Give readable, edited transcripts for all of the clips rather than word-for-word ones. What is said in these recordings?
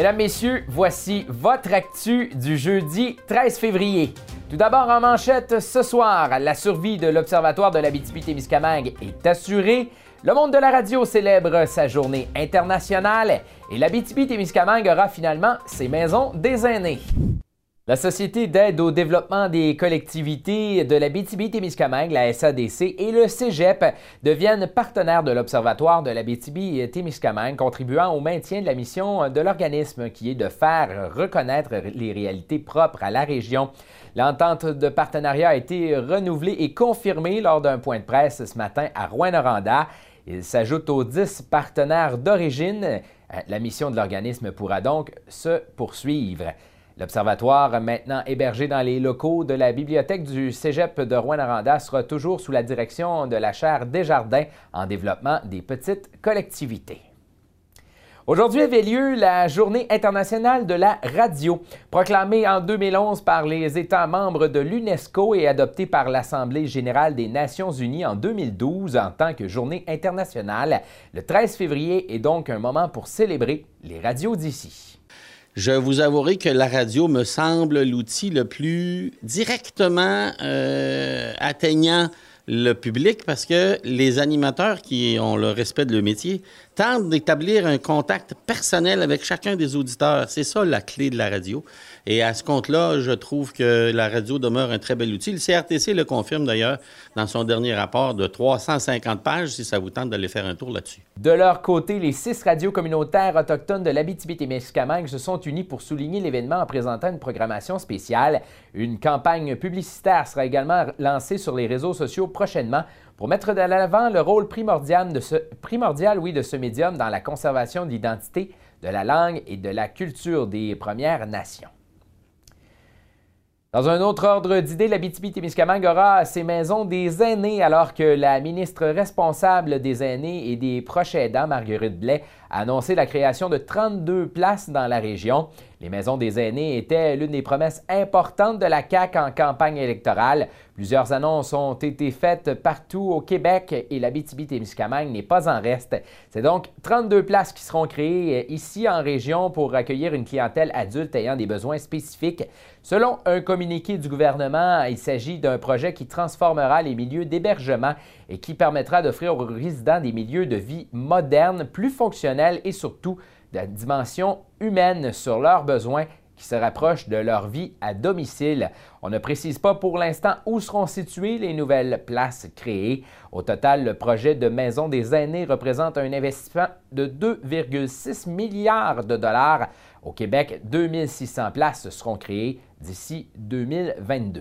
Mesdames, Messieurs, voici votre actu du jeudi 13 février. Tout d'abord en manchette ce soir, la survie de l'Observatoire de l'Abitibi-Témiscamingue est assurée. Le monde de la radio célèbre sa journée internationale et l'Abitibi-Témiscamingue aura finalement ses maisons des aînés. La Société d'aide au développement des collectivités de l'Abitibi-Témiscamingue, la SADC, et le Cégep deviennent partenaires de l'Observatoire de l'Abitibi-Témiscamingue, contribuant au maintien de la mission de l'organisme qui est de faire reconnaître les réalités propres à la région. L'entente de partenariat a été renouvelée et confirmée lors d'un point de presse ce matin à Rouyn-Noranda. Il s'ajoute aux 10 partenaires d'origine. La mission de l'organisme pourra donc se poursuivre. L'Observatoire, maintenant hébergé dans les locaux de la bibliothèque du Cégep de Rouyn-Noranda, sera toujours sous la direction de la chaire Desjardins en développement des petites collectivités. Aujourd'hui avait lieu la Journée internationale de la radio, proclamée en 2011 par les États membres de l'UNESCO et adoptée par l'Assemblée générale des Nations unies en 2012 en tant que Journée internationale. Le 13 février est donc un moment pour célébrer les radios d'ici. Je vous avouerai que la radio me semble l'outil le plus directement atteignant le public parce que les animateurs qui ont le respect de leur métier tentent d'établir un contact personnel avec chacun des auditeurs. C'est ça la clé de la radio. Et à ce compte-là, je trouve que la radio demeure un très bel outil. Le CRTC le confirme d'ailleurs dans son dernier rapport de 350 pages, si ça vous tente d'aller faire un tour là-dessus. De leur côté, les 6 radios communautaires autochtones de l'Abitibi-Témiscamingue se sont unis pour souligner l'événement en présentant une programmation spéciale. Une campagne publicitaire sera également lancée sur les réseaux sociaux prochainement pour mettre de l'avant le rôle primordial de ce médium dans la conservation de l'identité, de la langue et de la culture des Premières Nations. Dans un autre ordre d'idées, l'Abitibi-Témiscamingue aura ses maisons des aînés alors que la ministre responsable des aînés et des proches aidants, Marguerite Blais, a annoncé la création de 32 places dans la région. Les maisons des aînés étaient l'une des promesses importantes de la CAQ en campagne électorale. Plusieurs annonces ont été faites partout au Québec et l'Abitibi-Témiscamingue n'est pas en reste. C'est donc 32 places qui seront créées ici en région pour accueillir une clientèle adulte ayant des besoins spécifiques. Selon un communiqué du gouvernement, il s'agit d'un projet qui transformera les milieux d'hébergement et qui permettra d'offrir aux résidents des milieux de vie modernes, plus fonctionnels et surtout de la dimension humaine sur leurs besoins qui se rapprochent de leur vie à domicile. On ne précise pas pour l'instant où seront situées les nouvelles places créées. Au total, le projet de Maison des aînés représente un investissement de 2,6 milliards de dollars. Au Québec, 2600 places seront créées d'ici 2022.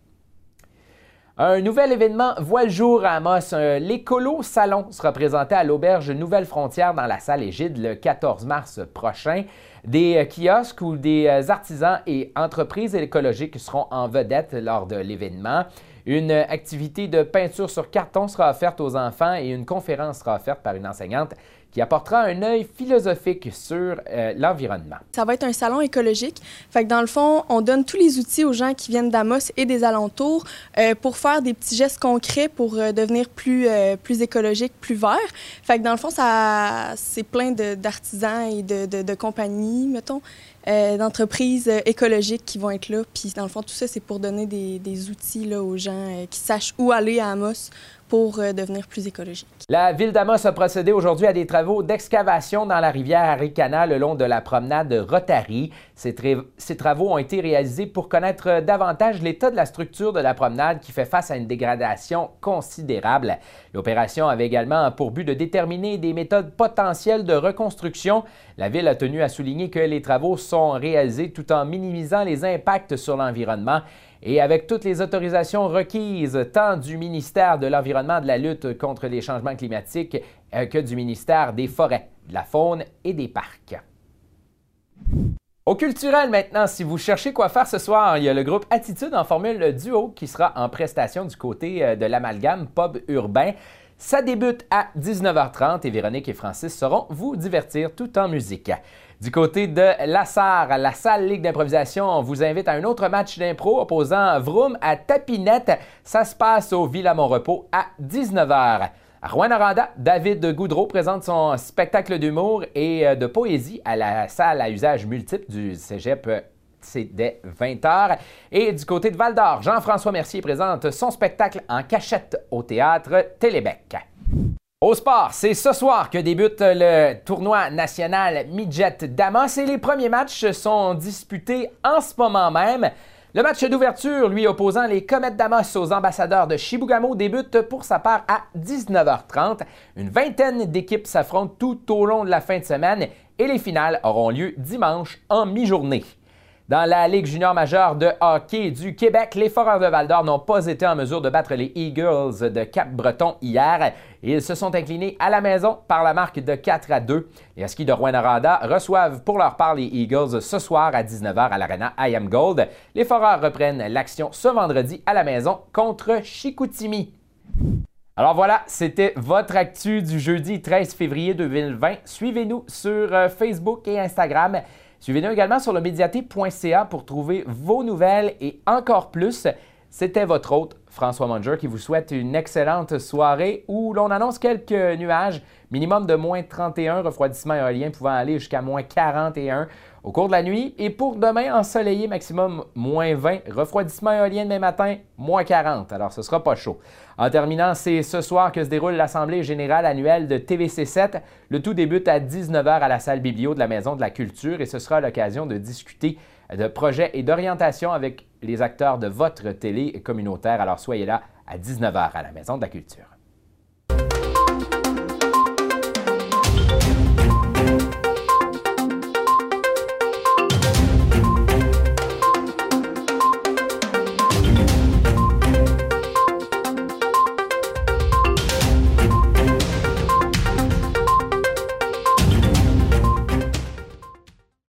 Un nouvel événement voit le jour à Amos. L'Écolo Salon sera présenté à l'auberge Nouvelle Frontière dans la salle Égide le 14 mars prochain. Des kiosques ou des artisans et entreprises écologiques seront en vedette lors de l'événement. Une activité de peinture sur carton sera offerte aux enfants et une conférence sera offerte par une enseignante qui apportera un œil philosophique sur l'environnement. Ça va être un salon écologique. Fait que dans le fond, on donne tous les outils aux gens qui viennent d'Amos et des alentours pour faire des petits gestes concrets pour devenir plus écologique, plus vert. Fait que dans le fond, c'est plein d'artisans et de compagnies, mettons, d'entreprises écologiques qui vont être là. Puis dans le fond, tout ça, c'est pour donner des outils là, aux gens qui sachent où aller à Amos pour devenir plus écologique. La ville d'Amos a procédé aujourd'hui à des travaux d'excavation dans la rivière Arikana le long de la promenade Rotary. Ces travaux ont été réalisés pour connaître davantage l'état de la structure de la promenade qui fait face à une dégradation considérable. L'opération avait également pour but de déterminer des méthodes potentielles de reconstruction. La ville a tenu à souligner que les travaux sont réalisés tout en minimisant les impacts sur l'environnement et avec toutes les autorisations requises tant du ministère de l'Environnement et de la lutte contre les changements climatiques que du ministère des Forêts, de la Faune et des Parcs. Au culturel maintenant, si vous cherchez quoi faire ce soir, il y a le groupe Attitude en formule duo qui sera en prestation du côté de l'Amalgame Pub Urbain. Ça débute à 19h30 et Véronique et Francis sauront vous divertir tout en musique. Du côté de Lassar, la salle Ligue d'improvisation, on vous invite à un autre match d'impro opposant Vroom à Tapinette. Ça se passe au Villa Mon Repos à 19h. À Rouyn-Noranda, David Goudreau présente son spectacle d'humour et de poésie à la salle à usage multiple du Cégep. C'est dès 20h. Et du côté de Val-d'Or, Jean-François Mercier présente son spectacle en cachette au théâtre Télébec. Au sport, c'est ce soir que débute le tournoi national Midget Damas et les premiers matchs sont disputés en ce moment même. Le match d'ouverture, lui opposant les Comètes d'Amos aux Ambassadeurs de Chibougamau, débute pour sa part à 19h30. Une vingtaine d'équipes s'affrontent tout au long de la fin de semaine et les finales auront lieu dimanche en mi-journée. Dans la Ligue junior majeure de hockey du Québec, les Foreurs de Val-d'Or n'ont pas été en mesure de battre les Eagles de Cap-Breton hier. Ils se sont inclinés à la maison par la marque de 4-2. Les Huskies de Rouyn-Noranda reçoivent pour leur part les Eagles ce soir à 19h à l'Arena I Am Gold. Les Foreurs reprennent l'action ce vendredi à la maison contre Chicoutimi. Alors voilà, c'était votre actu du jeudi 13 février 2020. Suivez-nous sur Facebook et Instagram. Suivez-nous également sur le médiaté.ca pour trouver vos nouvelles et encore plus. C'était votre hôte, François Munger, qui vous souhaite une excellente soirée où l'on annonce quelques nuages, minimum de moins 31, refroidissement éolien pouvant aller jusqu'à moins 41 au cours de la nuit. Et pour demain, ensoleillé, maximum moins 20, refroidissement éolien demain matin, moins 40. Alors, ce ne sera pas chaud. En terminant, c'est ce soir que se déroule l'Assemblée générale annuelle de TVC7. Le tout débute à 19h à la salle biblio de la Maison de la Culture et ce sera l'occasion de discuter de projets et d'orientation avec les acteurs de votre télé communautaire. Alors, soyez là à 19h à la Maison de la Culture.